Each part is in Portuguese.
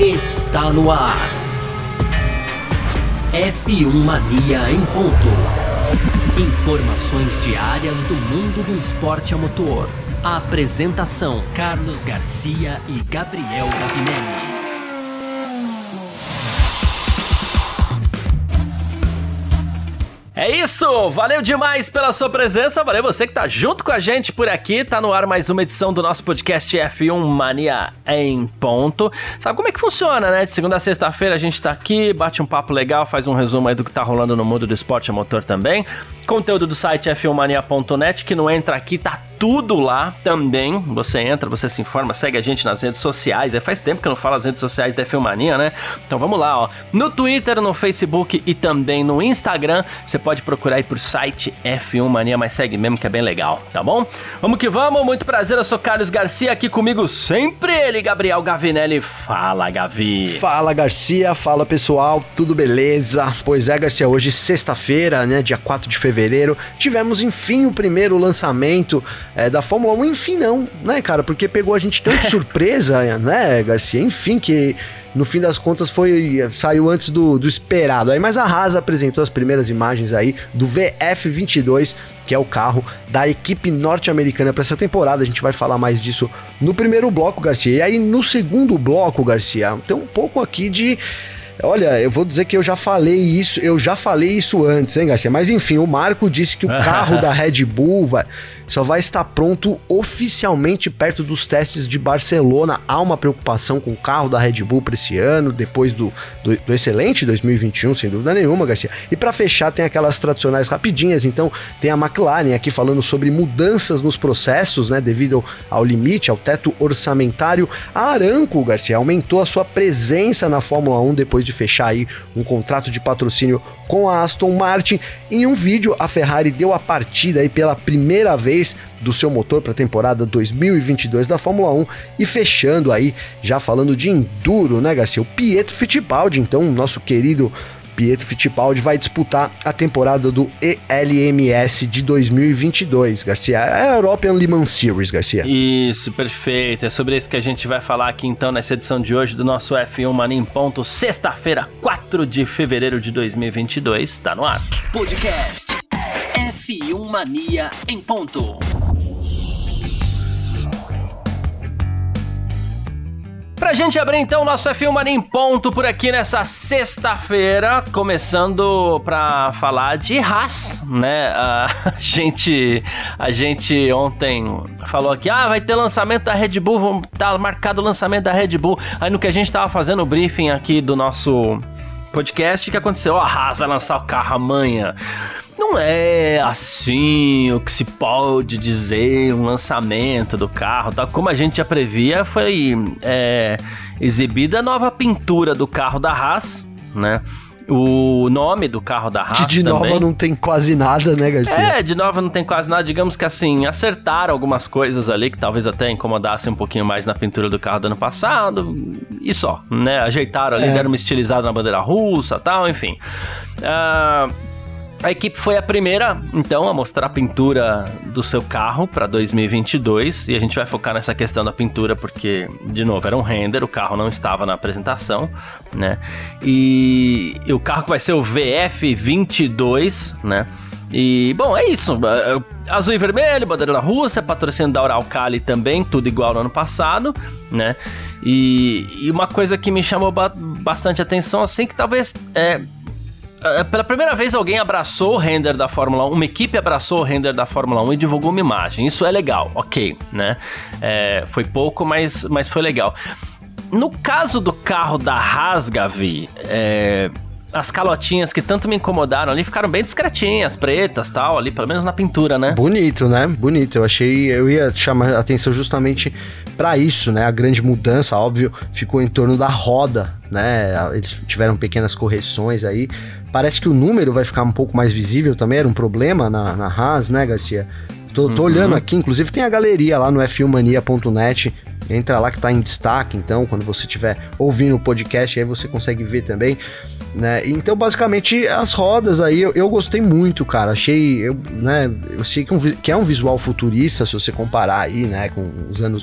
está no ar. F1 Mania em ponto. Informações diárias do mundo do esporte a motor. A apresentação: Carlos Garcia e Gabriel Gavinelli. É isso, valeu demais pela sua presença, valeu você que tá junto com a gente por aqui, tá no ar mais uma edição do nosso podcast F1 Mania em ponto. Sabe como é que funciona, né? De segunda a sexta-feira a gente tá aqui, bate um papo legal, faz um resumo aí do que tá rolando no mundo do esporte a motor também. Conteúdo do site f1mania.net, que não entra aqui, tá tudo lá também. Você entra, você se informa, segue a gente nas redes sociais. Faz tempo que eu não falo as redes sociais da F1 Mania, né? Então vamos lá, ó. No Twitter, no Facebook e também no Instagram. Você pode procurar aí por site F1 Mania, mas segue mesmo que é bem legal, tá bom? Vamos que vamos, muito prazer, eu sou Carlos Garcia, aqui comigo sempre ele, Gabriel Gavinelli. Fala, Gavi. Fala, Garcia, fala pessoal, tudo beleza? Pois é, Garcia, hoje sexta-feira, né, dia 4 de fevereiro, tivemos enfim o primeiro lançamento da Fórmula 1, enfim não, né, cara, porque pegou a gente tão de surpresa, né, Garcia, enfim, que no fim das contas saiu antes do esperado. Aí, mas a Haas apresentou as primeiras imagens aí do VF22, que é o carro da equipe norte-americana para essa temporada. A gente vai falar mais disso no primeiro bloco, Garcia. E aí no segundo bloco, Garcia, tem um pouco aqui de... Olha, eu vou dizer que eu já falei isso antes, hein, Garcia? Mas enfim, o Marco disse que o carro da Red Bull só vai estar pronto oficialmente perto dos testes de Barcelona. Há uma preocupação com o carro da Red Bull para esse ano, depois do excelente 2021, sem dúvida nenhuma, Garcia. E para fechar, tem aquelas tradicionais rapidinhas. Então, tem a McLaren aqui falando sobre mudanças nos processos, né, devido ao limite, ao teto orçamentário. A Aramco, Garcia, aumentou a sua presença na Fórmula 1 depois de fechar aí um contrato de patrocínio com a Aston Martin. Em um vídeo, a Ferrari deu a partida aí pela primeira vez do seu motor para a temporada 2022 da Fórmula 1 e fechando aí, já falando de enduro, né, Garcia? O Pietro Fittipaldi, então, nosso querido Pietro Fittipaldi vai disputar a temporada do ELMS de 2022, Garcia. É a European Le Mans Series, Garcia. Isso, perfeito. É sobre isso que a gente vai falar aqui então nessa edição de hoje do nosso F1 Mania em ponto, sexta-feira, 4 de fevereiro de 2022. Tá no ar. Podcast F1 Mania em ponto. Pra gente abrir então o nosso F1 Mania em ponto por aqui nessa sexta-feira, começando pra falar de Haas, né? A gente ontem falou aqui, vai ter lançamento da Red Bull, tá marcado o lançamento da Red Bull. Aí no que a gente tava fazendo o briefing aqui do nosso podcast, o que aconteceu? A Haas vai lançar o carro amanhã. Não é assim o que se pode dizer, um lançamento do carro, tá? Como a gente já previa, foi exibida a nova pintura do carro da Haas, né? O nome do carro da Haas de também. nova não tem quase nada, né, Garcia? De nova não tem quase nada, digamos que assim, acertaram algumas coisas ali que talvez até incomodassem um pouquinho mais na pintura do carro do ano passado, e só, né? Ajeitaram ali, deram uma estilizada na bandeira russa e tal, enfim. A equipe foi a primeira, então, a mostrar a pintura do seu carro para 2022, e a gente vai focar nessa questão da pintura porque, de novo, era um render, o carro não estava na apresentação, né? E o carro que vai ser o VF22, né? E, bom, é isso, azul e vermelho, bandeira da Rússia, patrocínio da Uralkali também, tudo igual no ano passado, né? E uma coisa que me chamou bastante atenção, assim, que talvez... pela primeira vez alguém abraçou o render da Fórmula 1, uma equipe abraçou o render da Fórmula 1 e divulgou uma imagem. Isso é legal, ok, né? Foi pouco, mas foi legal. No caso do carro da Haas, Gavi, as calotinhas que tanto me incomodaram ali ficaram bem discretinhas, pretas, tal, ali, pelo menos na pintura, né? Bonito, né? Bonito. Eu ia chamar a atenção justamente para isso, né? A grande mudança, óbvio, ficou em torno da roda, né? Eles tiveram pequenas correções aí. Parece que o número vai ficar um pouco mais visível também, era um problema na Haas, né, Garcia? Tô olhando aqui, inclusive tem a galeria lá no f1mania.net, entra lá que tá em destaque, então, quando você estiver ouvindo o podcast, aí você consegue ver também, né? Então, basicamente, as rodas aí, eu gostei muito, cara, eu sei que é um visual futurista, se você comparar aí, né, com os anos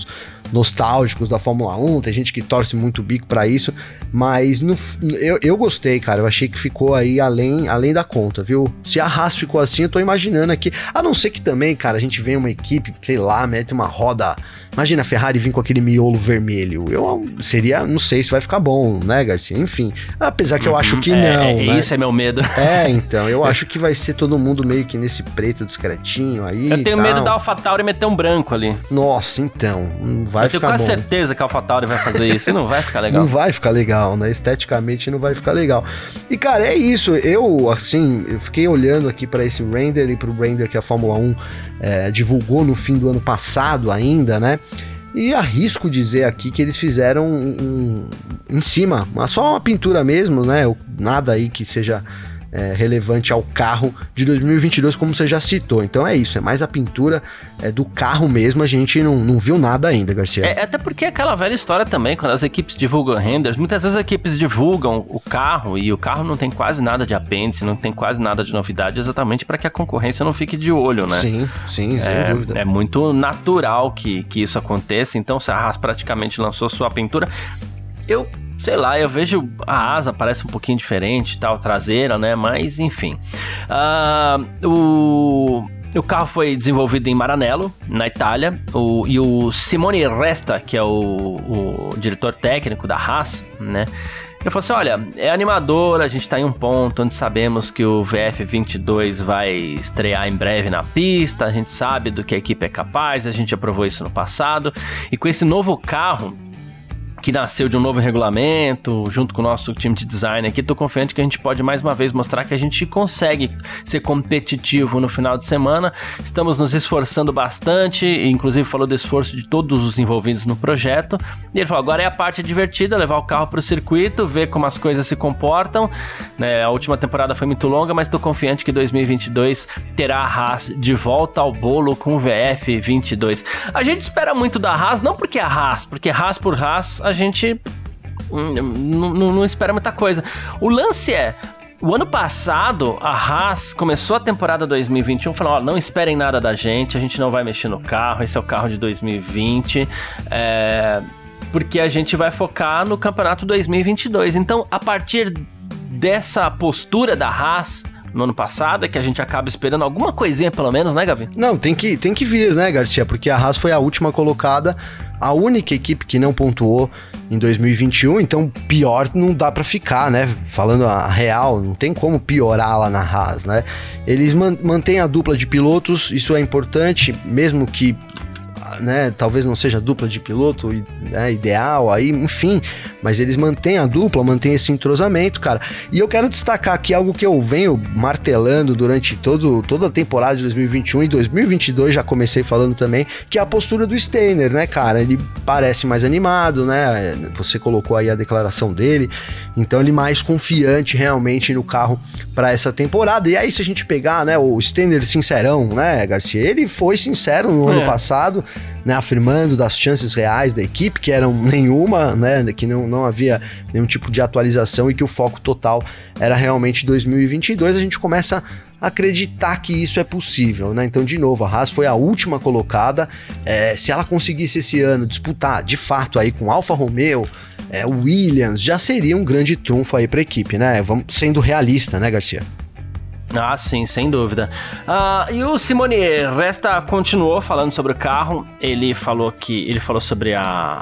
nostálgicos da Fórmula 1, tem gente que torce muito o bico pra isso, mas eu gostei, cara, eu achei que ficou aí além da conta, viu? Se a Haas ficou assim, eu tô imaginando aqui, a não ser que também, cara, a gente vem uma equipe, sei lá, mete uma roda, imagina a Ferrari vir com aquele miolo vermelho, não sei se vai ficar bom, né, Garcia? Enfim, apesar que eu acho que não, né? Isso é meu medo. Então, eu acho que vai ser todo mundo meio que nesse preto discretinho aí. Eu tenho medo da AlphaTauri meter um branco ali. Nossa, então, não vai ficar bom. Eu tenho quase certeza que a AlphaTauri vai fazer isso e não vai ficar legal. Não vai ficar legal, né? Esteticamente não vai ficar legal. E, cara, é isso. Eu fiquei olhando aqui pra esse render e pro render que a Fórmula 1 divulgou no fim do ano passado ainda, né? E arrisco dizer aqui que eles fizeram em cima, só uma pintura mesmo, né? Nada aí que seja relevante ao carro de 2022, como você já citou. Então é isso, é mais a pintura do carro mesmo, a gente não viu nada ainda, Garcia. Até porque é aquela velha história também, quando as equipes divulgam renders, muitas vezes as equipes divulgam o carro e o carro não tem quase nada de apêndice, não tem quase nada de novidade, exatamente para que a concorrência não fique de olho, né? Sim, sem dúvida. É muito natural que isso aconteça, então se a Haas praticamente lançou sua pintura, sei lá, eu vejo a asa parece um pouquinho diferente, tal, traseira, né? Mas, enfim. O carro foi desenvolvido em Maranello, na Itália, e o Simone Resta, que é o diretor técnico da Haas, né? Ele falou assim, olha, é animador, a gente tá em um ponto onde sabemos que o VF22 vai estrear em breve na pista, a gente sabe do que a equipe é capaz, a gente aprovou isso no passado, e com esse novo carro, que nasceu de um novo regulamento, junto com o nosso time de design aqui, tô confiante que a gente pode mais uma vez mostrar que a gente consegue ser competitivo no final de semana, estamos nos esforçando bastante, inclusive falou do esforço de todos os envolvidos no projeto, e ele falou, agora é a parte divertida, levar o carro pro circuito, ver como as coisas se comportam, né? A última temporada foi muito longa, mas tô confiante que 2022 terá a Haas de volta ao bolo com o VF22. A gente espera muito da Haas, não porque é a Haas, porque Haas por Haas, a gente não espera muita coisa. O lance o ano passado, a Haas começou a temporada 2021 falando, não esperem nada da gente, a gente não vai mexer no carro, esse é o carro de 2020, porque a gente vai focar no campeonato 2022. Então, a partir dessa postura da Haas no ano passado, é que a gente acaba esperando alguma coisinha pelo menos, né, Gabi? Não, tem que vir, né, Garcia? Porque a Haas foi a última colocada, a única equipe que não pontuou em 2021, então pior não dá pra ficar, né? Falando a real, não tem como piorar lá na Haas, né? Eles mantêm a dupla de pilotos, isso é importante, mesmo que, né, talvez não seja dupla de piloto, né, ideal aí, enfim, mas eles mantêm a dupla, mantêm esse entrosamento, cara. E eu quero destacar aqui algo que eu venho martelando durante toda a temporada de 2021 e 2022, já comecei falando também, que é a postura do Steiner, né, cara? Ele parece mais animado, né? Você colocou aí a declaração dele, então ele mais confiante realmente no carro para essa temporada. E aí, se a gente pegar, né, o Steiner sincerão, né, Garcia? Ele foi sincero no ano passado, né, afirmando das chances reais da equipe, que eram nenhuma, né, que não havia nenhum tipo de atualização e que o foco total era realmente 2022, a gente começa a acreditar que isso é possível, né? Então, de novo, a Haas foi a última colocada, se ela conseguisse esse ano disputar, de fato, aí com Alfa Romeo, Williams, já seria um grande trunfo aí para a equipe, né? Vamos sendo realista, né, Garcia? Ah, sim, sem dúvida. E o Simone Resta continuou falando sobre o carro. Ele falou sobre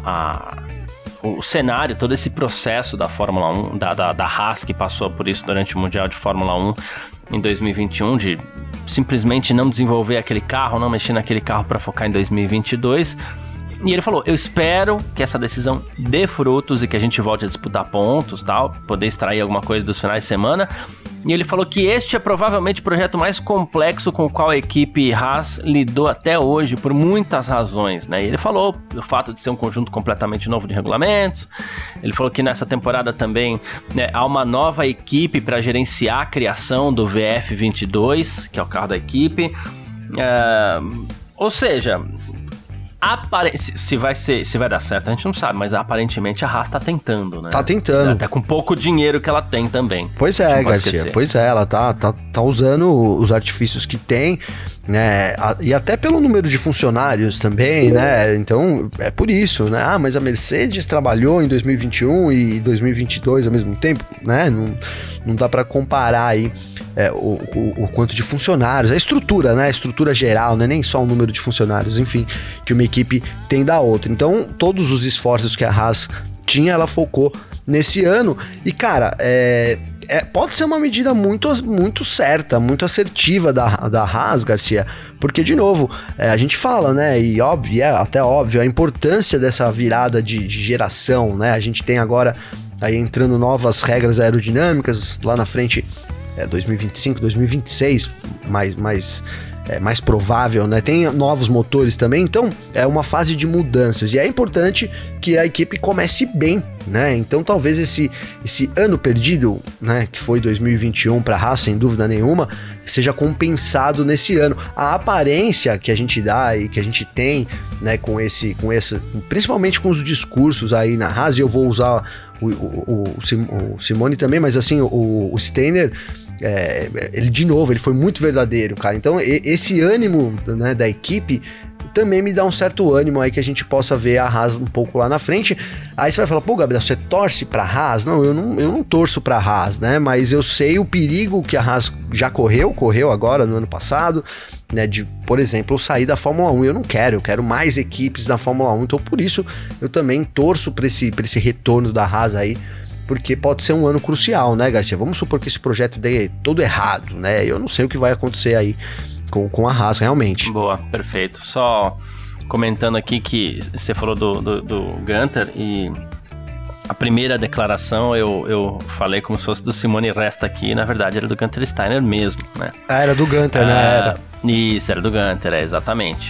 o cenário, todo esse processo da Fórmula 1, da Haas, que passou por isso durante o Mundial de Fórmula 1 em 2021, de simplesmente não desenvolver aquele carro, não mexer naquele carro para focar em 2022. E ele falou, eu espero que essa decisão dê frutos e que a gente volte a disputar pontos, tal, poder extrair alguma coisa dos finais de semana. E ele falou que este é provavelmente o projeto mais complexo com o qual a equipe Haas lidou até hoje, por muitas razões, né? E ele falou do fato de ser um conjunto completamente novo de regulamentos. Ele falou que nessa temporada também, né, há uma nova equipe para gerenciar a criação do VF22, que é o carro da equipe. Ou seja, Se vai dar certo, a gente não sabe, mas aparentemente a Haas tá tentando, né? Tá tentando. Até com pouco dinheiro que ela tem também. Pois é, Garcia, pois é, ela tá usando os artifícios que tem, né? E até pelo número de funcionários também, né? Então, é por isso, né? Ah, mas a Mercedes trabalhou em 2021 e 2022 ao mesmo tempo, né? Não dá pra comparar aí o quanto de funcionários, a estrutura, né? A estrutura geral, não é nem só o número de funcionários, enfim, que uma equipe tem da outra. Então, todos os esforços que a Haas tinha, ela focou nesse ano. E, cara, pode ser uma medida muito, muito certa, muito assertiva da Haas, Garcia, porque, de novo, a gente fala, né, e óbvio, até óbvio, a importância dessa virada de geração, né? A gente tem agora aí entrando novas regras aerodinâmicas, lá na frente 2025, 2026, mais provável, né? Tem novos motores também, então é uma fase de mudanças e é importante que a equipe comece bem, né? Então talvez esse ano perdido, né, que foi 2021 para a Haas, sem dúvida nenhuma, seja compensado nesse ano. A aparência que a gente dá e que a gente tem, né, com esse, principalmente com os discursos aí na Haas, e eu vou usar o Simone também, mas assim, o Steiner, ele de novo, ele foi muito verdadeiro, cara. Então esse ânimo, né, da equipe também me dá um certo ânimo aí que a gente possa ver a Haas um pouco lá na frente. Aí você vai falar, pô, Gabriel, você torce pra Haas? Não, eu não torço pra Haas, né? Mas eu sei o perigo que a Haas já correu agora no ano passado, né? De, por exemplo, sair da Fórmula 1. Eu quero mais equipes da Fórmula 1. Então, por isso, eu também torço pra esse retorno da Haas aí, porque pode ser um ano crucial, né, Garcia? Vamos supor que esse projeto dê todo errado, né? Eu não sei o que vai acontecer aí com a Haas, realmente. Boa, perfeito. Só comentando aqui que você falou do Gunter, e a primeira declaração eu falei como se fosse do Simone Resta aqui, na verdade era do Gunter Steiner mesmo, né? Era do Gunter, né? Isso, era do Gunter, exatamente.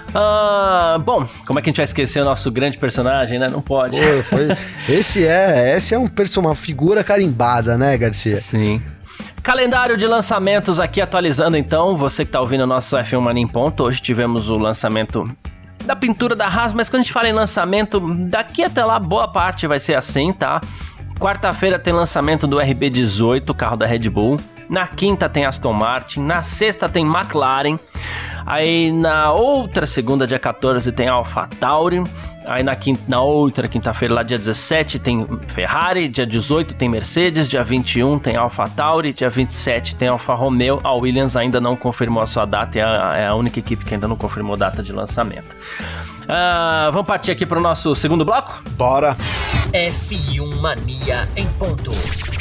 Bom, como é que a gente vai esquecer o nosso grande personagem, né? Não pode. Esse é uma figura carimbada, né, Garcia? Sim. Calendário de lançamentos aqui atualizando então, você que tá ouvindo o nosso F1 Mania em Ponto, hoje tivemos o lançamento da pintura da Haas, mas quando a gente fala em lançamento, daqui até lá boa parte vai ser assim, tá? Quarta-feira tem lançamento do RB18, carro da Red Bull, na quinta tem Aston Martin, na sexta tem McLaren, aí na outra segunda, dia 14, tem AlphaTauri, aí na outra quinta-feira, lá dia 17, tem Ferrari, dia 18 tem Mercedes, dia 21 tem AlphaTauri, dia 27 tem Alfa Romeo, a Williams ainda não confirmou a sua data, é a única equipe que ainda não confirmou data de lançamento. Vamos partir aqui para o nosso segundo bloco? Bora! F1 Mania em Ponto.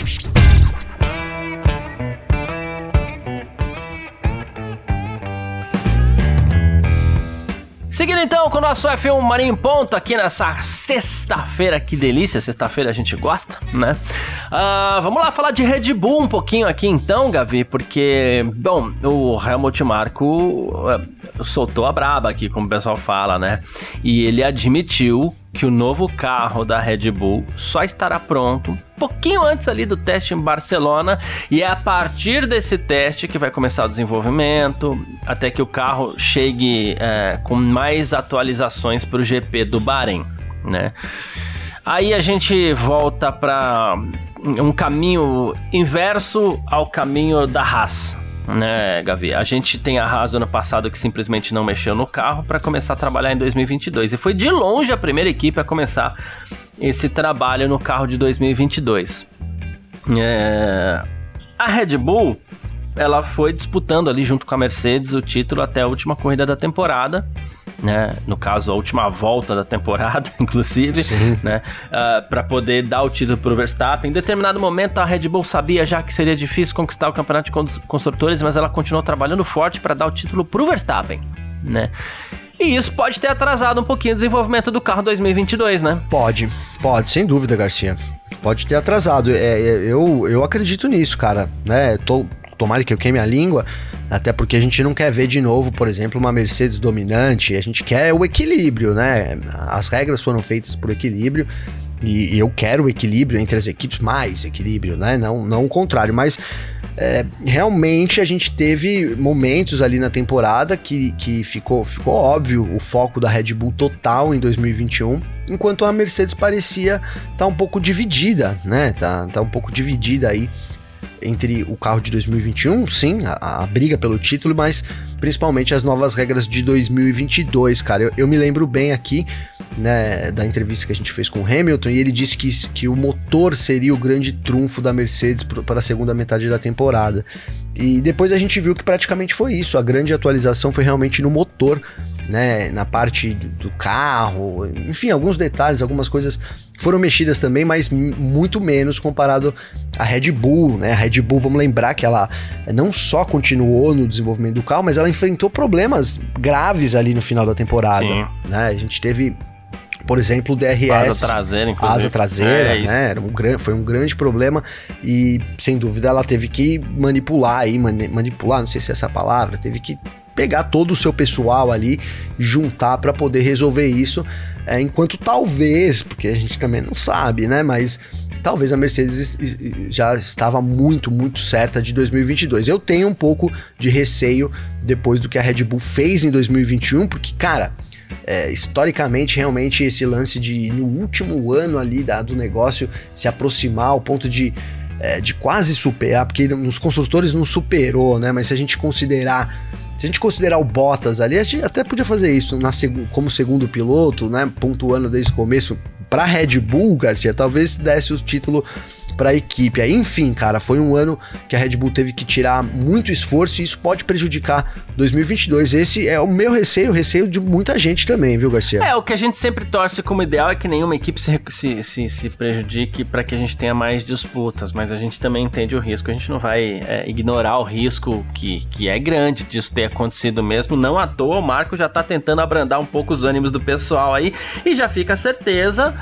Seguindo então com o nosso F1 Mania em Ponto aqui nessa sexta-feira, que delícia, sexta-feira a gente gosta, né? Vamos lá falar de Red Bull um pouquinho aqui então, Gavi, porque, bom, o Helmut Marko soltou a braba aqui, como o pessoal fala, né? E ele admitiu que o novo carro da Red Bull só estará pronto um pouquinho antes ali do teste em Barcelona, e é a partir desse teste que vai começar o desenvolvimento, até que o carro chegue com mais atualizações para o GP do Bahrein, né? Aí a gente volta para um caminho inverso ao caminho da Haas, né, Gavi? A gente tem a Haas do ano passado que simplesmente não mexeu no carro para começar a trabalhar em 2022, e foi de longe a primeira equipe a começar esse trabalho no carro de 2022. A Red Bull, ela foi disputando ali junto com a Mercedes o título até a última corrida da temporada, né? No caso, a última volta da temporada, inclusive, né? Para poder dar o título para o Verstappen. Em determinado momento, a Red Bull sabia já que seria difícil conquistar o campeonato de construtores, mas ela continuou trabalhando forte para dar o título para o Verstappen, né? E isso pode ter atrasado um pouquinho o desenvolvimento do carro 2022, né? Pode, sem dúvida, Garcia. Pode ter atrasado. Eu acredito nisso, cara, né? Tomara que eu queime a língua, até porque a gente não quer ver de novo, por exemplo, uma Mercedes dominante, a gente quer o equilíbrio, né? As regras foram feitas por equilíbrio, e eu quero equilíbrio entre as equipes, mais equilíbrio, né? Não o contrário, mas realmente a gente teve momentos ali na temporada que ficou óbvio o foco da Red Bull total em 2021, enquanto a Mercedes parecia estar um pouco dividida, né? Tá um pouco dividida aí entre o carro de 2021, sim, a briga pelo título, mas principalmente as novas regras de 2022, cara. Eu me lembro bem aqui, né, da entrevista que a gente fez com o Hamilton, e ele disse que o motor seria o grande trunfo da Mercedes para a segunda metade da temporada. E depois a gente viu que praticamente foi isso, a grande atualização foi realmente no motor, né, na parte do carro, enfim, alguns detalhes, algumas coisas foram mexidas também, mas muito menos comparado à Red Bull, né? A Red Bull, vamos lembrar que ela não só continuou no desenvolvimento do carro, mas ela enfrentou problemas graves ali no final da temporada, né? A gente teve, por exemplo, o DRS, asa traseira, inclusive. Asa traseira, né? Foi um grande problema e, sem dúvida, ela teve que manipular, não sei se é essa palavra, teve que pegar todo o seu pessoal ali, juntar para poder resolver isso, enquanto talvez, porque a gente também não sabe, né, mas talvez a Mercedes já estava muito, muito certa de 2022. Eu tenho um pouco de receio depois do que a Red Bull fez em 2021, porque, cara, historicamente, realmente, esse lance de, no último ano ali do negócio, se aproximar ao ponto de quase superar, porque nos construtores não superou, né, mas se a gente considerar o Bottas ali, a gente até podia fazer isso como segundo piloto, né, pontuando desde o começo. Pra Red Bull, Garcia, talvez desse o título pra equipe. Aí, enfim, cara, foi um ano que a Red Bull teve que tirar muito esforço e isso pode prejudicar 2022. Esse é o meu receio, o receio de muita gente também, viu, Garcia? O que a gente sempre torce como ideal é que nenhuma equipe se prejudique para que a gente tenha mais disputas, mas a gente também entende o risco. A gente não vai ignorar o risco que é grande disso ter acontecido mesmo. Não à toa, o Marco já tá tentando abrandar um pouco os ânimos do pessoal aí e já fica a certeza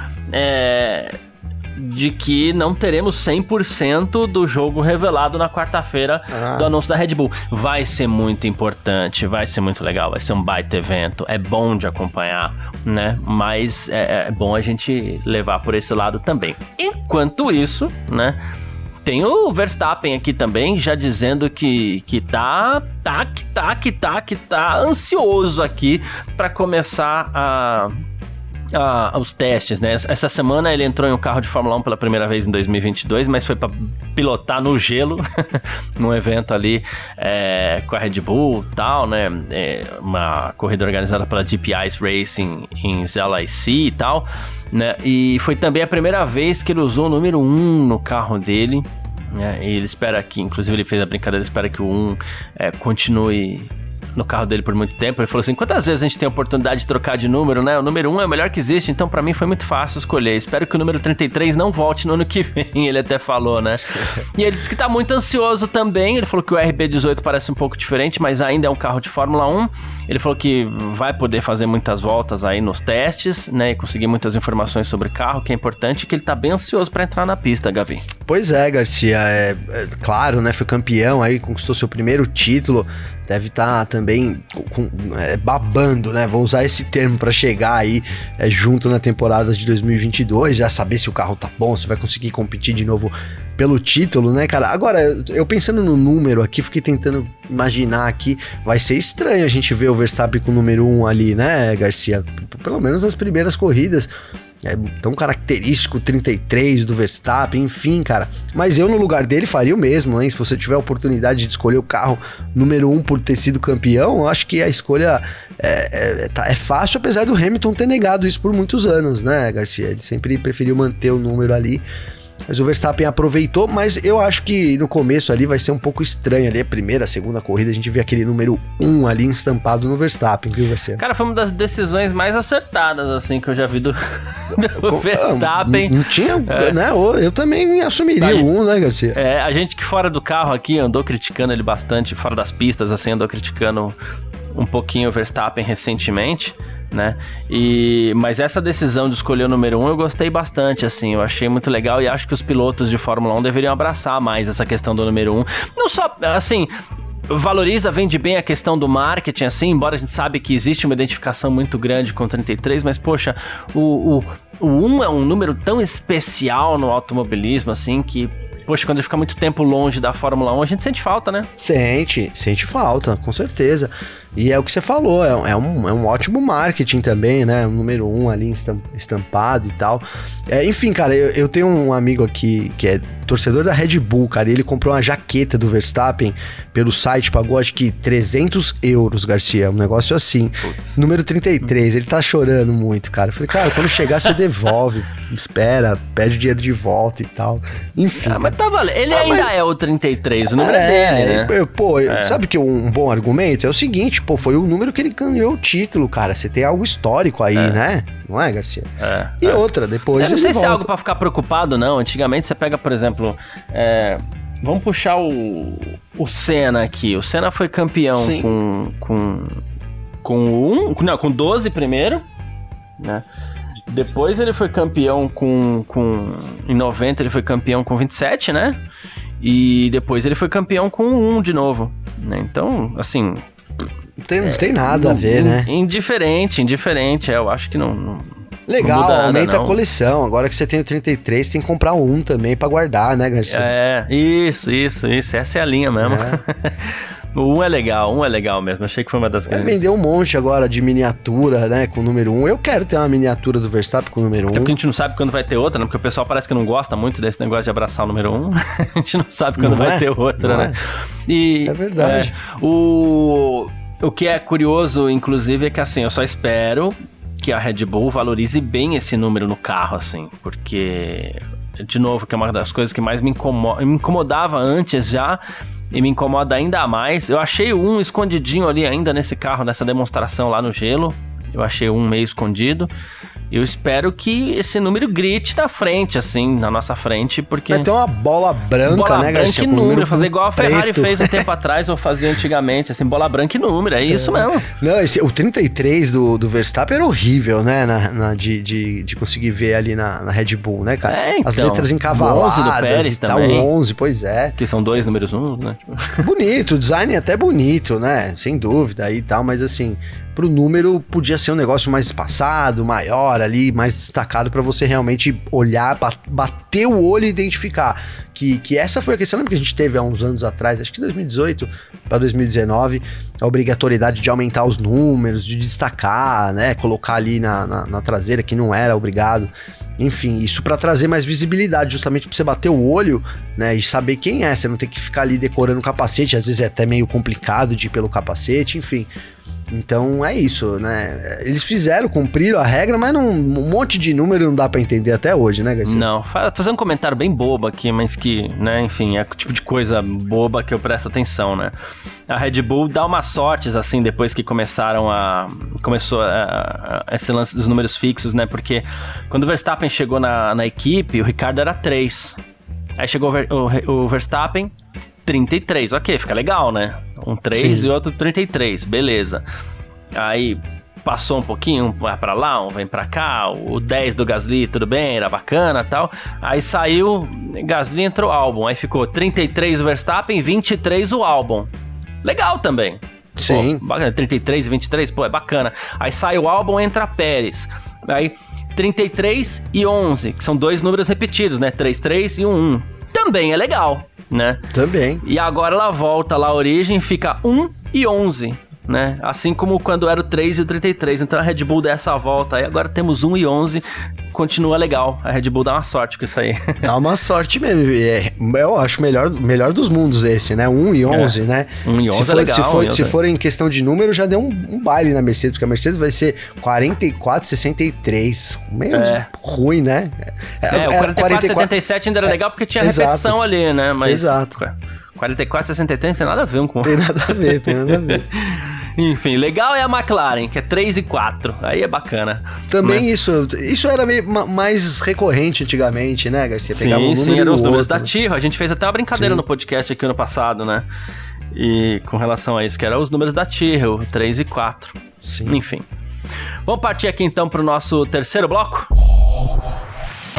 de que não teremos 100% do jogo revelado na quarta-feira do anúncio da Red Bull. Vai ser muito importante, vai ser muito legal, vai ser um baita evento, é bom de acompanhar, né? Mas é bom a gente levar por esse lado também. Enquanto isso, né, tem o Verstappen aqui também, já dizendo que tá ansioso aqui para começar os testes, né? Essa semana ele entrou em um carro de Fórmula 1 pela primeira vez em 2022, mas foi para pilotar no gelo, num evento ali com a Red Bull e tal, né? Uma corrida organizada pela Deep Ice Racing em ZLIC e tal, né? E foi também a primeira vez que ele usou o número 1 no carro dele, né? E ele espera que, inclusive ele fez a brincadeira, espera que o 1 continue no carro dele por muito tempo. Ele falou assim, quantas vezes a gente tem a oportunidade de trocar de número, né? O número 1 é o melhor que existe, então pra mim foi muito fácil escolher. Espero que o número 33 não volte no ano que vem, ele até falou, né? E ele disse que tá muito ansioso também. Ele falou que o RB18 parece um pouco diferente, mas ainda é um carro de Fórmula 1. Ele falou que vai poder fazer muitas voltas aí nos testes, né? E conseguir muitas informações sobre o carro, que é importante, e que ele tá bem ansioso pra entrar na pista, Gavi. Pois é, Garcia, claro, né? Foi campeão aí, conquistou seu primeiro título. Deve estar também babando, né? Vou usar esse termo para chegar aí junto na temporada de 2022, já saber se o carro tá bom, se vai conseguir competir de novo pelo título, né, cara? Agora, eu pensando no número aqui, fiquei tentando imaginar aqui, vai ser estranho a gente ver o Verstappen com o número 1 ali, né, Garcia? Pelo menos nas primeiras corridas. É tão característico, 33 do Verstappen, enfim, cara. Mas eu no lugar dele faria o mesmo, hein? Se você tiver a oportunidade de escolher o carro número 1 por ter sido campeão, eu acho que a escolha é fácil, apesar do Hamilton ter negado isso por muitos anos, né, Garcia? Ele sempre preferiu manter o número ali. Mas o Verstappen aproveitou, mas eu acho que no começo ali vai ser um pouco estranho ali, a primeira, a segunda corrida, a gente vê aquele número 1 ali estampado no Verstappen, viu, Garcia? Cara, foi uma das decisões mais acertadas, assim, que eu já vi do Verstappen. Não tinha, né? Eu também assumiria o 1, né, Garcia? A gente que fora do carro aqui andou criticando ele bastante, fora das pistas, assim, andou criticando um pouquinho o Verstappen recentemente, né? Mas essa decisão de escolher o número 1 eu gostei bastante, assim, eu achei muito legal e acho que os pilotos de Fórmula 1 deveriam abraçar mais essa questão do número 1. Não só, assim, valoriza, vende bem a questão do marketing, assim, embora a gente sabe que existe uma identificação muito grande com o 33, mas, poxa, o 1 é um número tão especial no automobilismo, assim, que, poxa, quando ele fica muito tempo longe da Fórmula 1, a gente sente falta, né? Sente falta, com certeza. E é o que você falou, é um ótimo marketing também, né? O número 1 ali estampado e tal. Enfim, cara, eu tenho um amigo aqui que é torcedor da Red Bull, cara, e ele comprou uma jaqueta do Verstappen pelo site, pagou acho que 300 euros, Garcia, um negócio assim. Putz. Número 33, ele tá chorando muito, cara. Eu falei, cara, quando chegar você devolve, espera, pede o dinheiro de volta e tal. Enfim. Mas tá valendo, ele ainda é o 33, o número é dele, né? Sabe que um bom argumento é o seguinte, foi o número que ele ganhou o título, cara. Você tem algo histórico aí, né? Não é, Garcia? Outra, depois eu não sei se é algo pra ficar preocupado, não. Antigamente você pega, por exemplo, vamos puxar o Senna aqui. O Senna foi campeão com 12 primeiro, né? Depois ele foi campeão em 90 ele foi campeão com 27, né? E depois ele foi campeão com 1 de novo, né? Então, assim... Não tem nada a ver, né? Indiferente, eu acho que não legal, não muda aumenta nada, não. A coleção. Agora que você tem o 33, tem que comprar um também pra guardar, né, Garcia? Isso. Essa é a linha mesmo. O 1 é legal mesmo. Achei que foi uma das grandes. Vendeu um monte agora de miniatura, né, com o número 1. Eu quero ter uma miniatura do Verstappen com o número 1. Até porque a gente não sabe quando vai ter outra, né? Porque o pessoal parece que não gosta muito desse negócio de abraçar o número 1. A gente não sabe quando vai ter outra, né? É verdade. O que é curioso, inclusive, é que assim, eu só espero que a Red Bull valorize bem esse número no carro, assim, porque, de novo, que é uma das coisas que mais me incomodava antes já, e me incomoda ainda mais. Eu achei um escondidinho ali ainda nesse carro, nessa demonstração lá no gelo, eu achei um meio escondido. Eu espero que esse número grite na frente, assim, na nossa frente, porque... Vai ter uma bola branca, né, Garcia? Bola branca e número, fazer igual a Ferrari fez um tempo atrás, ou fazia antigamente, assim, bola branca e número, é isso mesmo. Não, o 33 do Verstappen era horrível, né, de conseguir ver ali na Red Bull, né, cara? Então, as letras encavaladas o 11 do Pérez e tal, também, o 11, pois é. Que são 2 números 1, né? Bonito, o design é até bonito, né, sem dúvida e tal, mas assim... Pro número podia ser um negócio mais espaçado, maior ali, mais destacado pra você realmente olhar, bater o olho e identificar que essa foi a questão. Lembra que a gente teve há uns anos atrás, acho que 2018 para 2019, a obrigatoriedade de aumentar os números, de destacar, né, colocar ali na traseira que não era obrigado. Enfim, isso pra trazer mais visibilidade, justamente pra você bater o olho, né, e saber quem é, você não tem que ficar ali decorando o capacete, às vezes é até meio complicado de ir pelo capacete, enfim. Então é isso, né? Eles cumpriram a regra, mas um monte de número não dá pra entender até hoje, né, Garcia? Não, fazer um comentário bem bobo aqui, mas que, né, enfim, é o tipo de coisa boba que eu presto atenção, né? A Red Bull dá umas sortes, assim, depois que começou esse lance dos números fixos, né? Porque quando o Verstappen chegou na equipe, o Ricardo era 3. Aí chegou o Verstappen... 33, ok, fica legal, né? Um 3 Sim. E outro 33, beleza. Aí passou um pouquinho, um vai pra lá, um vem pra cá, o 10 do Gasly, tudo bem, era bacana e tal. Aí saiu, Gasly entrou o Albon, aí ficou 33 o Verstappen, 23 o Albon. Legal também. Sim. Pô, bacana, 33 e 23, pô, é bacana. Aí sai o Albon, entra Pérez. Aí 33 e 11, que são 2 números repetidos, né? 33 e 1. Também é legal, né? Também. E agora ela volta lá, a origem, fica 1 e 11, né? Assim como quando era o 3 e o 33. Então a Red Bull dá essa volta aí, agora temos 1 e 11, continua legal. A Red Bull dá uma sorte com isso aí. Dá uma sorte mesmo. Eu acho melhor dos mundos esse, né? 1 e 11, né? 1 e 11 é legal. Se for em questão de número, já deu um baile na Mercedes, porque a Mercedes vai ser 44,63. Meio ruim, né? O 44,77 ainda era legal porque tinha repetição ali, né? Mas exato. 44,63 não tem nada a ver com... Tem nada a ver. Enfim, legal é a McLaren, que é 3 e 4. Aí é bacana. Também né? Isso era meio mais recorrente antigamente, né, Garcia? Pegava sim, eram os números da Tyrrell. A gente fez até uma brincadeira no podcast aqui ano passado, né? E com relação a isso, que eram os números da Tyrrell, 3 e 4. Sim. Enfim. Vamos partir aqui então pro nosso terceiro bloco?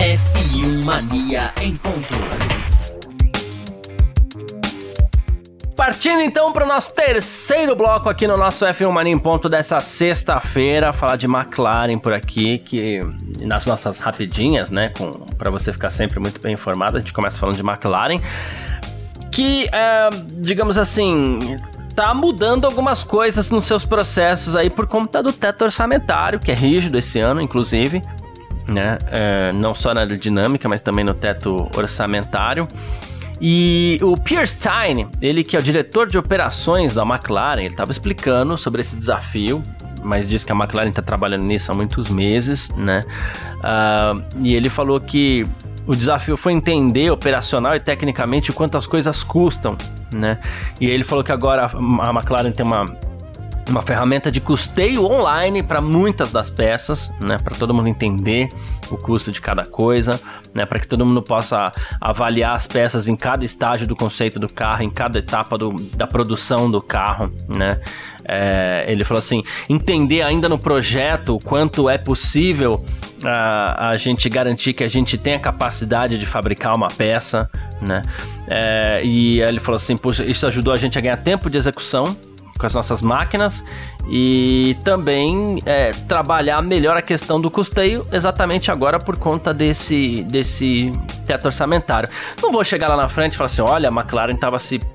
F1 Mania em ponto. partindo então para o nosso terceiro bloco aqui no nosso F1 Mania em Ponto dessa sexta-feira, falar de McLaren por aqui, que nas nossas rapidinhas, né, para você ficar sempre muito bem informado, a gente começa falando de McLaren, que, digamos assim, tá mudando algumas coisas nos seus processos aí por conta do teto orçamentário, que é rígido esse ano, inclusive, né, não só na aerodinâmica, mas também no teto orçamentário. E o Pierce Stein, ele que é o diretor de operações da McLaren, ele estava explicando sobre esse desafio, mas disse que a McLaren está trabalhando nisso há muitos meses, né? E ele falou que o desafio foi entender operacional e tecnicamente quanto as coisas custam, né? E ele falou que agora a McLaren tem uma ferramenta de custeio online para muitas das peças, né, para todo mundo entender o custo de cada coisa, né, para que todo mundo possa avaliar as peças em cada estágio do conceito do carro, em cada etapa da produção do carro, né. Ele falou assim, entender ainda no projeto o quanto é possível a gente garantir que a gente tem a capacidade de fabricar uma peça, né, e ele falou assim, puxa, isso ajudou a gente a ganhar tempo de execução com as nossas máquinas e também trabalhar melhor a questão do custeio exatamente agora por conta desse teto orçamentário. Não vou chegar lá na frente e falar assim, olha, a McLaren estava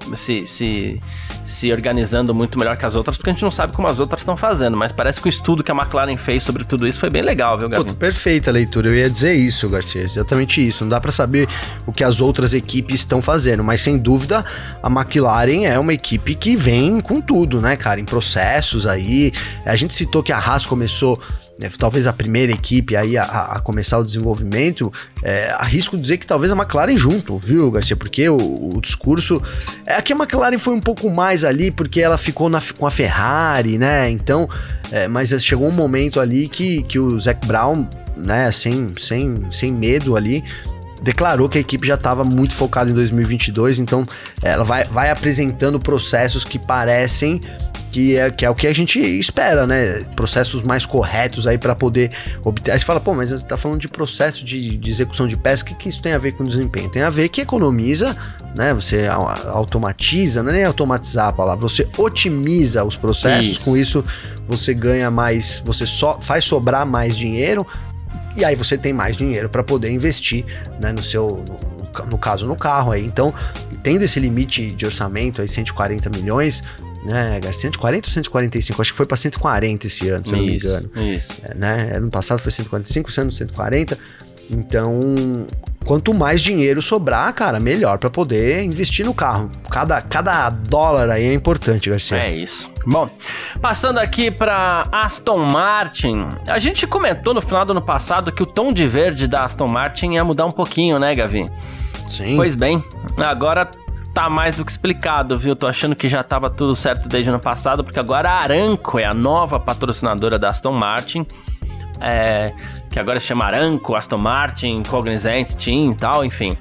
se organizando muito melhor que as outras, porque a gente não sabe como as outras estão fazendo, mas parece que o estudo que a McLaren fez sobre tudo isso foi bem legal, viu, Gabi? Perfeita a leitura, eu ia dizer isso, Garcia, exatamente isso, não dá pra saber o que as outras equipes estão fazendo, mas sem dúvida a McLaren é uma equipe que vem com tudo, né, cara, em processos aí, a gente citou que a Haas começou, talvez a primeira equipe aí a começar o desenvolvimento, arrisco dizer que talvez a McLaren junto, viu, Garcia? Porque o discurso... Aqui a McLaren foi um pouco mais ali, porque ela ficou com a Ferrari, né? Então, mas chegou um momento ali que o Zac Brown, né, sem medo ali, declarou que a equipe já estava muito focada em 2022, então ela vai apresentando processos que parecem que é o que a gente espera, né? Processos mais corretos aí para poder obter. Aí você fala, pô, mas você tá falando de processo de execução de peça, o que isso tem a ver com desempenho? Tem a ver que economiza, né? Você automatiza, não é nem automatizar a palavra, você otimiza os processos, isso. Com isso você ganha mais, você só faz sobrar mais dinheiro, e aí você tem mais dinheiro para poder investir, né, no caso no carro aí. Então, tendo esse limite de orçamento aí, 140 milhões, né, 140 ou 145? Acho que foi para 140 esse ano, se eu não me engano. Isso. Né? Ano passado foi 145, esse ano 140. Então, quanto mais dinheiro sobrar, cara, melhor para poder investir no carro. Cada dólar aí é importante, Garcia. É isso. Bom, passando aqui para Aston Martin, a gente comentou no final do ano passado que o tom de verde da Aston Martin ia mudar um pouquinho, né, Gavi? Sim. Pois bem, agora tá mais do que explicado, viu? Tô achando que já tava tudo certo desde o ano passado, porque agora a Aramco é a nova patrocinadora da Aston Martin, que agora se chama Aramco, Aston Martin, Cognizant Team e tal, enfim.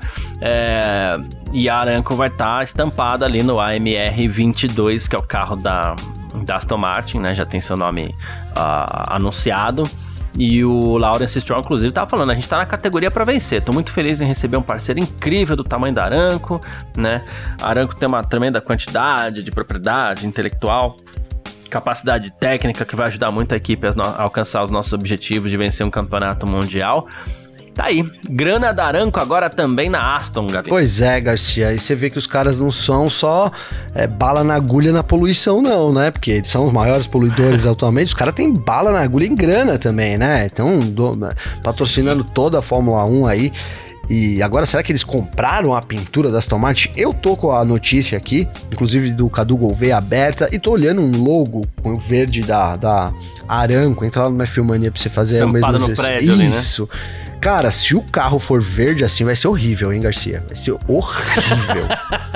E a Aramco vai estar estampada ali no AMR 22, que é o carro da Aston Martin, né? Já tem seu nome anunciado. E o Lawrence Stroll, inclusive, tava falando, a gente tá na categoria para vencer. Tô muito feliz em receber um parceiro incrível do tamanho da Aramco, né? A Aramco tem uma tremenda quantidade de propriedade intelectual, capacidade técnica que vai ajudar muito a equipe a alcançar os nossos objetivos de vencer um campeonato mundial. Tá aí, grana da Aramco agora também na Aston, Gavi. Pois é, Garcia, aí você vê que os caras não são só bala na agulha na poluição não, né, porque eles são os maiores poluidores atualmente, os caras têm bala na agulha em grana também, né, então patrocinando toda a Fórmula 1 aí. E agora, será que eles compraram a pintura da Aston Martin? Eu tô com a notícia aqui, inclusive do Cadu Gouveia aberta, e tô olhando um logo com o verde da Aramco. Entra lá no F1 Mania pra você fazer o mesmo exercício. Prédio, isso. Ali, né? Cara, se o carro for verde assim, vai ser horrível, hein, Garcia? Vai ser horrível.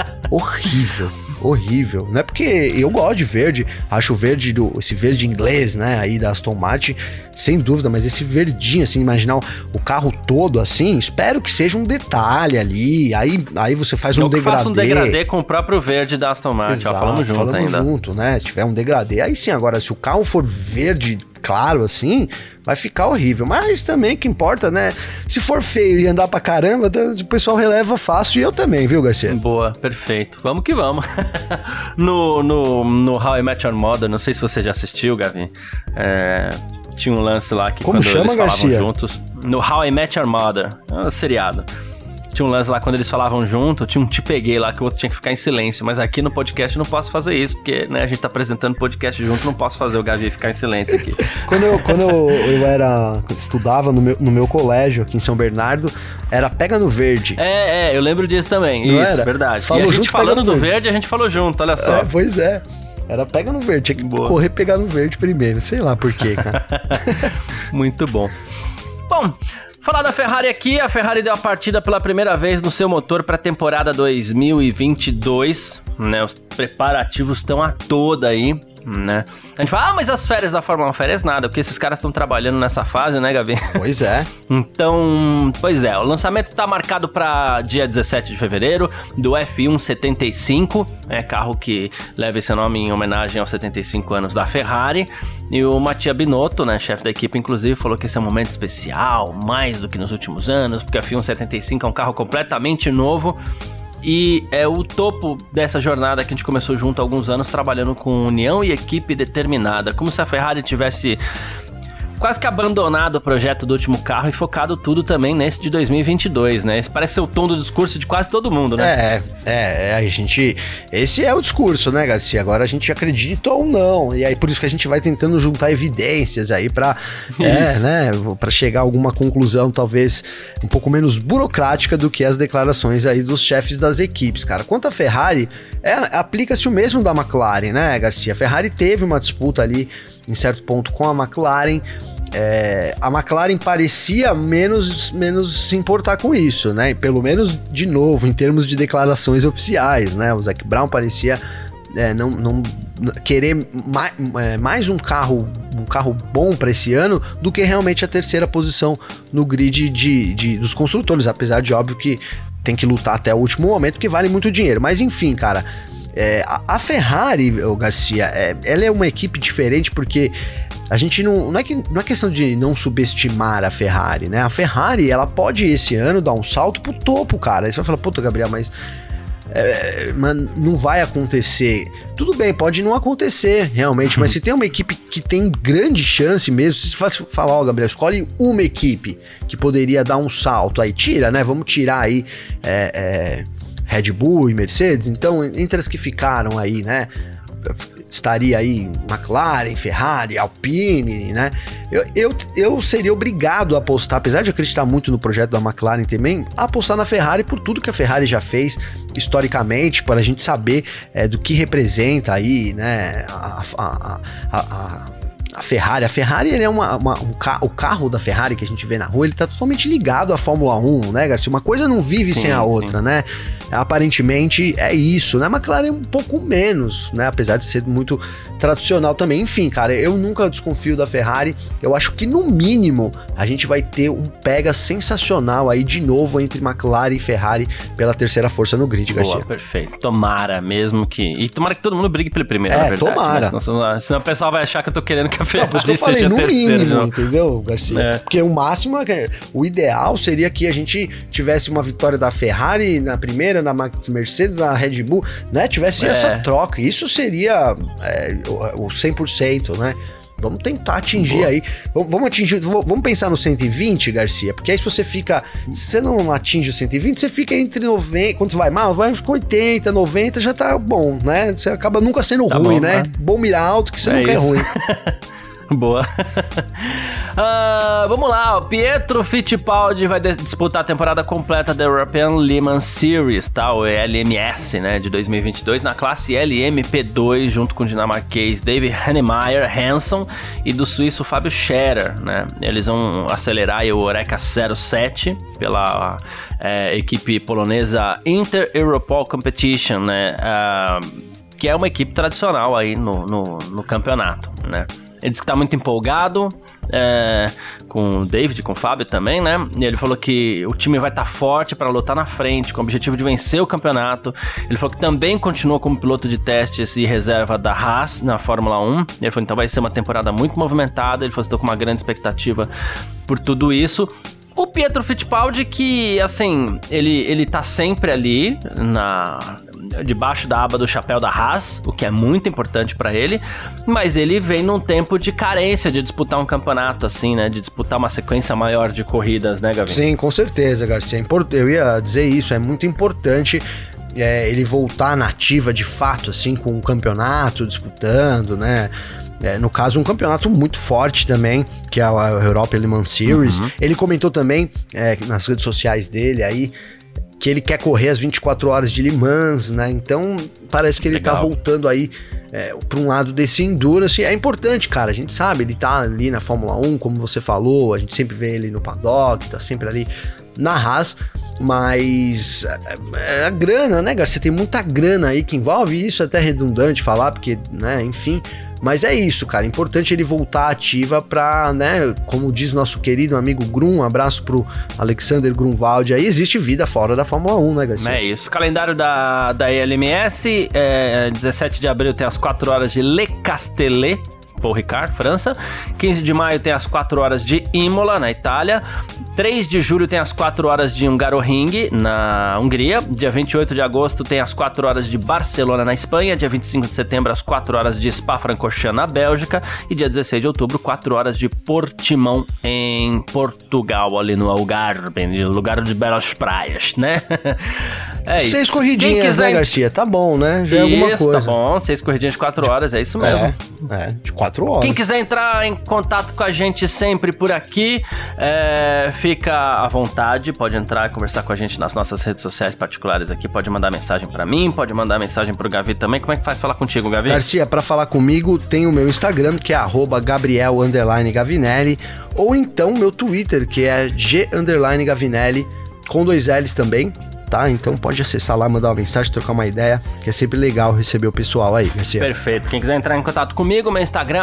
Horrível. Não é porque eu gosto de verde, acho o verde, esse verde inglês, né, aí da Aston Martin, sem dúvida, mas esse verdinho, assim, imaginar o carro todo assim, espero que seja um detalhe ali, aí você faz um degradê. Faça um degradê com o próprio verde da Aston Martin. Exato, falamos junto ainda. Junto, né, se tiver um degradê, aí sim. Agora, se o carro for verde, claro assim, vai ficar horrível. Mas também o que importa, né? Se for feio e andar pra caramba, o pessoal releva fácil, e eu também, viu, Garcia? Boa, perfeito. Vamos que vamos. no How I Met Your Mother, não sei se você já assistiu, Gavi, tinha um lance lá que como quando chama, eles falavam Garcia? juntos... No How I Met Your Mother, é um seriado. Tinha um lance lá quando eles falavam junto, tinha um te peguei lá que o outro tinha que ficar em silêncio, mas aqui no podcast eu não posso fazer isso, porque, né, a gente tá apresentando podcast junto, não posso fazer o Gavi ficar em silêncio aqui. Quando eu estudava no meu colégio aqui em São Bernardo, era pega no verde. Eu lembro disso também, não isso, era? verdade. Falou e a gente junto, falando do verde. verde, a gente falou junto, olha só. Pois é. Era pega no verde, tinha que correr pegar no verde primeiro, sei lá por quê, cara. Muito bom. Bom, falar da Ferrari aqui, a Ferrari deu a partida pela primeira vez no seu motor para a temporada 2022, né? Os preparativos estão a toda aí, né? A gente fala, mas as férias da Fórmula 1, férias nada, porque esses caras estão trabalhando nessa fase, né, Gavi? Pois é. Então, pois é, o lançamento tá marcado para dia 17 de fevereiro, do F1 75, carro que leva esse nome em homenagem aos 75 anos da Ferrari, e o Mattia Binotto, né, chefe da equipe, inclusive, falou que esse é um momento especial, mais do que nos últimos anos, porque o F1 75 é um carro completamente novo, e é o topo dessa jornada que a gente começou junto há alguns anos, trabalhando com união e equipe determinada, como se a Ferrari tivesse quase que abandonado o projeto do último carro e focado tudo também nesse de 2022, né? Esse parece ser o tom do discurso de quase todo mundo, né? A gente... Esse é o discurso, né, Garcia? Agora a gente acredita ou não, e aí por isso que a gente vai tentando juntar evidências aí pra chegar a alguma conclusão talvez um pouco menos burocrática do que as declarações aí dos chefes das equipes, cara. Quanto à Ferrari, aplica-se o mesmo da McLaren, né, Garcia? A Ferrari teve uma disputa ali em certo ponto com a McLaren. A McLaren parecia menos se importar com isso, né? Pelo menos, de novo, em termos de declarações oficiais, né? O Zac Brown parecia não querer mais um carro bom para esse ano do que realmente a terceira posição no grid dos construtores, apesar de, óbvio, que tem que lutar até o último momento, porque vale muito dinheiro. Mas enfim, cara, a Ferrari, o Garcia, ela é uma equipe diferente porque a gente não é questão de não subestimar a Ferrari, né? A Ferrari, ela pode esse ano dar um salto pro topo, cara. Aí você vai falar, puta, Gabriel, mas não vai acontecer. Tudo bem, pode não acontecer realmente, mas se tem uma equipe que tem grande chance mesmo, se você falar, Gabriel, escolhe uma equipe que poderia dar um salto, aí tira, né? Vamos tirar aí Red Bull e Mercedes. Então, entre as que ficaram aí, né, estaria aí McLaren, Ferrari, Alpine, né? Eu seria obrigado a apostar, apesar de acreditar muito no projeto da McLaren também, a apostar na Ferrari por tudo que a Ferrari já fez historicamente, para a gente saber do que representa aí, né, a Ferrari. A Ferrari, ele é o carro da Ferrari que a gente vê na rua, ele tá totalmente ligado à Fórmula 1, né, Garcia? Uma coisa não vive sem a outra, né? Aparentemente é isso, né? A McLaren é um pouco menos, né? Apesar de ser muito tradicional também. Enfim, cara, eu nunca desconfio da Ferrari. Eu acho que, no mínimo, a gente vai ter um pega sensacional aí de novo entre McLaren e Ferrari pela terceira força no grid, Garcia. Boa, perfeito. Tomara mesmo que... E tomara que todo mundo brigue pelo primeiro, na verdade. Tomara. Né? Senão o pessoal vai achar que eu tô querendo que a Ferrari por isso que eu falei, seja no terceira. mínimo, entendeu, Garcia? Porque o máximo, o ideal seria que a gente tivesse uma vitória da Ferrari na primeira, na Mercedes, na Red Bull, né? Tivesse essa troca. Isso seria o 100%, né? Vamos tentar atingir aí. Vamos pensar no 120, Garcia, porque aí se você não atinge o 120, você fica entre 90, quando você vai mal, vai ficar 80, 90, já tá bom, né? Você acaba nunca sendo ruim, bom, né? Bom mirar alto que você nunca é ruim. Boa. Vamos lá, ó. Pietro Fittipaldi vai disputar a temporada completa da European Le Mans Series, tá? O LMS, né, de 2022, na classe LMP2, junto com o dinamarquês David Hannemeyer-Hansson e do suíço Fábio Scherer, né? Eles vão acelerar aí o Oreca 07 pela equipe polonesa Inter-Europol Competition, né? Que é uma equipe tradicional aí no campeonato, né? Ele disse que tá muito empolgado com o David, com o Fábio também, né? E ele falou que o time vai estar forte para lutar na frente, com o objetivo de vencer o campeonato. Ele falou que também continua como piloto de testes e reserva da Haas na Fórmula 1. Ele falou, então vai ser uma temporada muito movimentada. Ele falou que estou com uma grande expectativa por tudo isso. O Pietro Fittipaldi, que, assim, ele tá sempre ali, debaixo da aba do chapéu da Haas, o que é muito importante pra ele, mas ele vem num tempo de carência de disputar um campeonato, assim, né, de disputar uma sequência maior de corridas, né, Gavi? Sim, com certeza, Garcia. Eu ia dizer isso, é muito importante ele voltar na ativa de fato, assim, com o campeonato, disputando, né? No caso, um campeonato muito forte também, que é a Europa Le Mans Series. Ele comentou também nas redes sociais dele aí que ele quer correr as 24 horas de Le Mans, né? Então, parece que ele tá voltando aí para um lado desse endurance. É importante, cara, a gente sabe, ele tá ali na Fórmula 1, como você falou, a gente sempre vê ele no paddock, tá sempre ali na Haas, mas a grana, né, Garcia? Tem muita grana aí que envolve isso, é até redundante falar, porque, né, enfim... Mas é isso, cara, é importante ele voltar ativa pra, né, como diz nosso querido amigo Grum, um abraço pro Alexander Grunwald, aí existe vida fora da Fórmula 1, né, Garcia? É isso, calendário da ELMS, 17 de abril tem as 4 horas de Le Castellet, Paul Ricard, França. 15 de maio tem as 4 horas de Imola, na Itália. 3 de julho tem as 4 horas de Hungaroring, na Hungria. Dia 28 de agosto tem as 4 horas de Barcelona, na Espanha. Dia 25 de setembro, as 4 horas de Spa-Francorchamps, na Bélgica. E dia 16 de outubro, 4 horas de Portimão, em Portugal, ali no Algarve, no lugar de belas praias, né? É isso. 6 corridinhas, né, Garcia? Tá bom, né? Já é alguma coisa. Tá bom. 6 corridinhas de 4 horas, é isso mesmo. De 4 horas. Quem quiser entrar em contato com a gente sempre por aqui, fica à vontade, pode entrar e conversar com a gente nas nossas redes sociais particulares aqui, pode mandar mensagem pra mim, pode mandar mensagem pro Gavi também. Como é que faz falar contigo, Gavi? Garcia, pra falar comigo, tem o meu Instagram, que é @Gabriel_Gavinelli, ou então meu Twitter, que é G_Gavinelli, com 2 L's também, tá? Então pode acessar lá, mandar uma mensagem, trocar uma ideia, que é sempre legal receber o pessoal aí, Garcia. Perfeito. Quem quiser entrar em contato comigo, meu Instagram,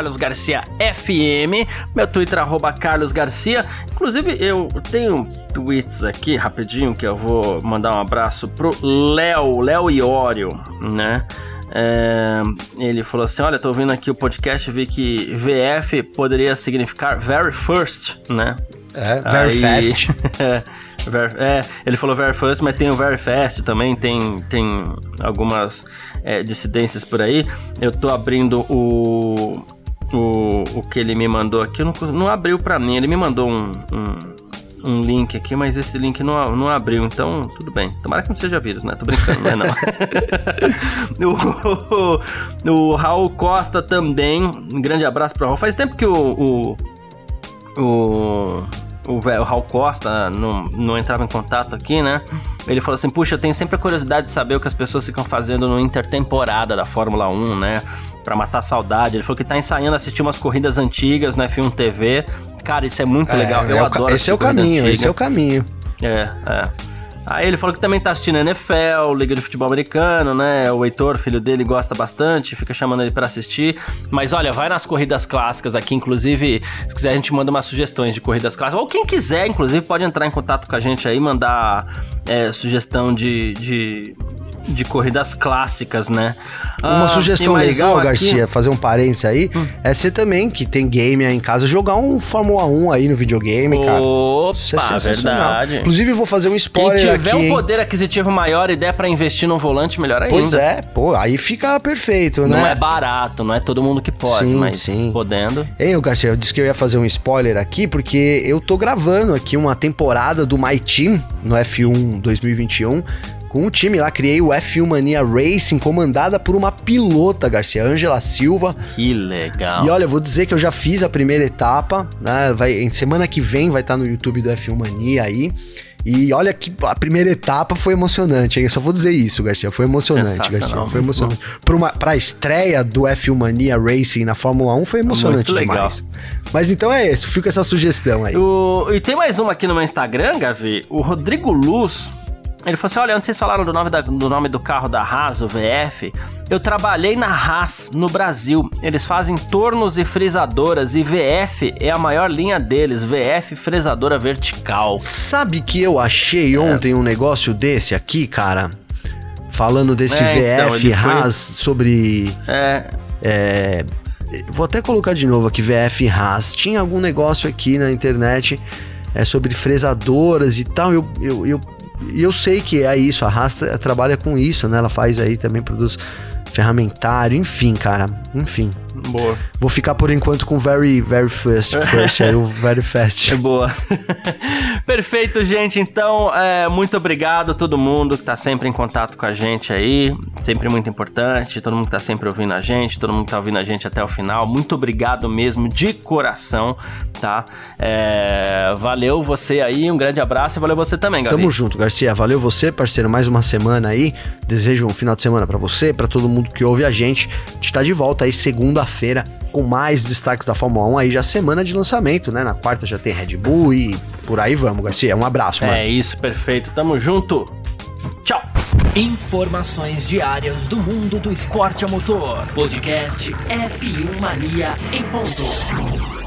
@CarlosGarciaFM, meu Twitter, @CarlosGarcia. Inclusive, eu tenho tweets aqui, rapidinho, que eu vou mandar um abraço pro Léo Iorio, né? Ele falou assim, olha, tô ouvindo aqui o podcast e vi que VF poderia significar very first, né? Very fast. Ele falou very first, mas tem o very fast também, tem algumas dissidências por aí. Eu tô abrindo o que ele me mandou aqui, não abriu pra mim, ele me mandou um link aqui, mas esse link não abriu, então tudo bem. Tomara que não seja vírus, né? Tô brincando, não é não. O Raul Costa também, um grande abraço pro Raul. Faz tempo que o Raul Costa não entrava em contato aqui, né? Ele falou assim, puxa, eu tenho sempre a curiosidade de saber o que as pessoas ficam fazendo no intertemporada da Fórmula 1, né? Pra matar a saudade. Ele falou que tá ensaiando assistir umas corridas antigas no F1 TV. Cara, isso é muito legal. Eu adoro esse é o caminho, esse é o caminho. Aí ele falou que também tá assistindo NFL, Liga de Futebol Americano, né? O Heitor, filho dele, gosta bastante, fica chamando ele pra assistir. Mas olha, vai nas corridas clássicas aqui, inclusive, se quiser a gente manda umas sugestões de corridas clássicas. Ou quem quiser, inclusive, pode entrar em contato com a gente aí, mandar sugestão de corridas clássicas, né? Uma sugestão legal, Garcia, fazer um parênteses aí, é você também, que tem game aí em casa, jogar um Fórmula 1 aí no videogame, cara. Opa, verdade. Inclusive, eu vou fazer um spoiler aqui. Quem tiver um poder aquisitivo maior e der pra investir num volante, melhor ainda. Pois é, aí fica perfeito, né? Não é barato, não é todo mundo que pode, mas podendo. Ei, Garcia, eu disse que eu ia fazer um spoiler aqui, porque eu tô gravando aqui uma temporada do My Team no F1 2021, com o time lá, criei o F1 Mania Racing, comandada por uma pilota, Garcia, Ângela Silva. Que legal. E olha, eu vou dizer que eu já fiz a primeira etapa, né? Em semana que vem vai estar no YouTube do F1 Mania aí. E olha que a primeira etapa foi emocionante, hein? Eu só vou dizer isso, Garcia, foi emocionante, Garcia. Foi emocionante. Pra estreia do F1 Mania Racing na Fórmula 1 foi emocionante demais. Mas então é isso, fica essa sugestão aí. E tem mais uma aqui no meu Instagram, Gavi, o Rodrigo Luz. Ele falou assim, olha, antes vocês falaram do nome do carro da Haas, o VF, eu trabalhei na Haas, no Brasil. Eles fazem tornos e fresadoras e VF é a maior linha deles, VF fresadora vertical. Sabe que eu achei ontem um negócio desse aqui, cara? Falando desse VF Haas sobre... vou até colocar de novo aqui, VF Haas. Tinha algum negócio aqui na internet sobre fresadoras e tal. Eu sei que é isso, a Haas trabalha com isso, né? Ela faz aí também, produz ferramentário, enfim, cara. Enfim. Boa. Vou ficar por enquanto com very fast, aí o very fast. É boa. Perfeito, gente. Então, muito obrigado a todo mundo que tá sempre em contato com a gente aí. Sempre muito importante. Todo mundo que tá sempre ouvindo a gente. Todo mundo que tá ouvindo a gente até o final. Muito obrigado mesmo, de coração, tá? Valeu você aí. Um grande abraço e valeu você também, Gabi. Tamo junto, Garcia. Valeu você, parceiro. Mais uma semana aí. Desejo um final de semana pra você, pra todo mundo que ouve a gente. A gente tá de volta aí segunda-feira com mais destaques da Fórmula 1 aí já semana de lançamento, né? Na quarta já tem Red Bull e por aí vamos, Garcia. Um abraço, mano. É isso, perfeito. Tamo junto. Tchau. Informações diárias do mundo do esporte a motor. Podcast F1 Mania em ponto.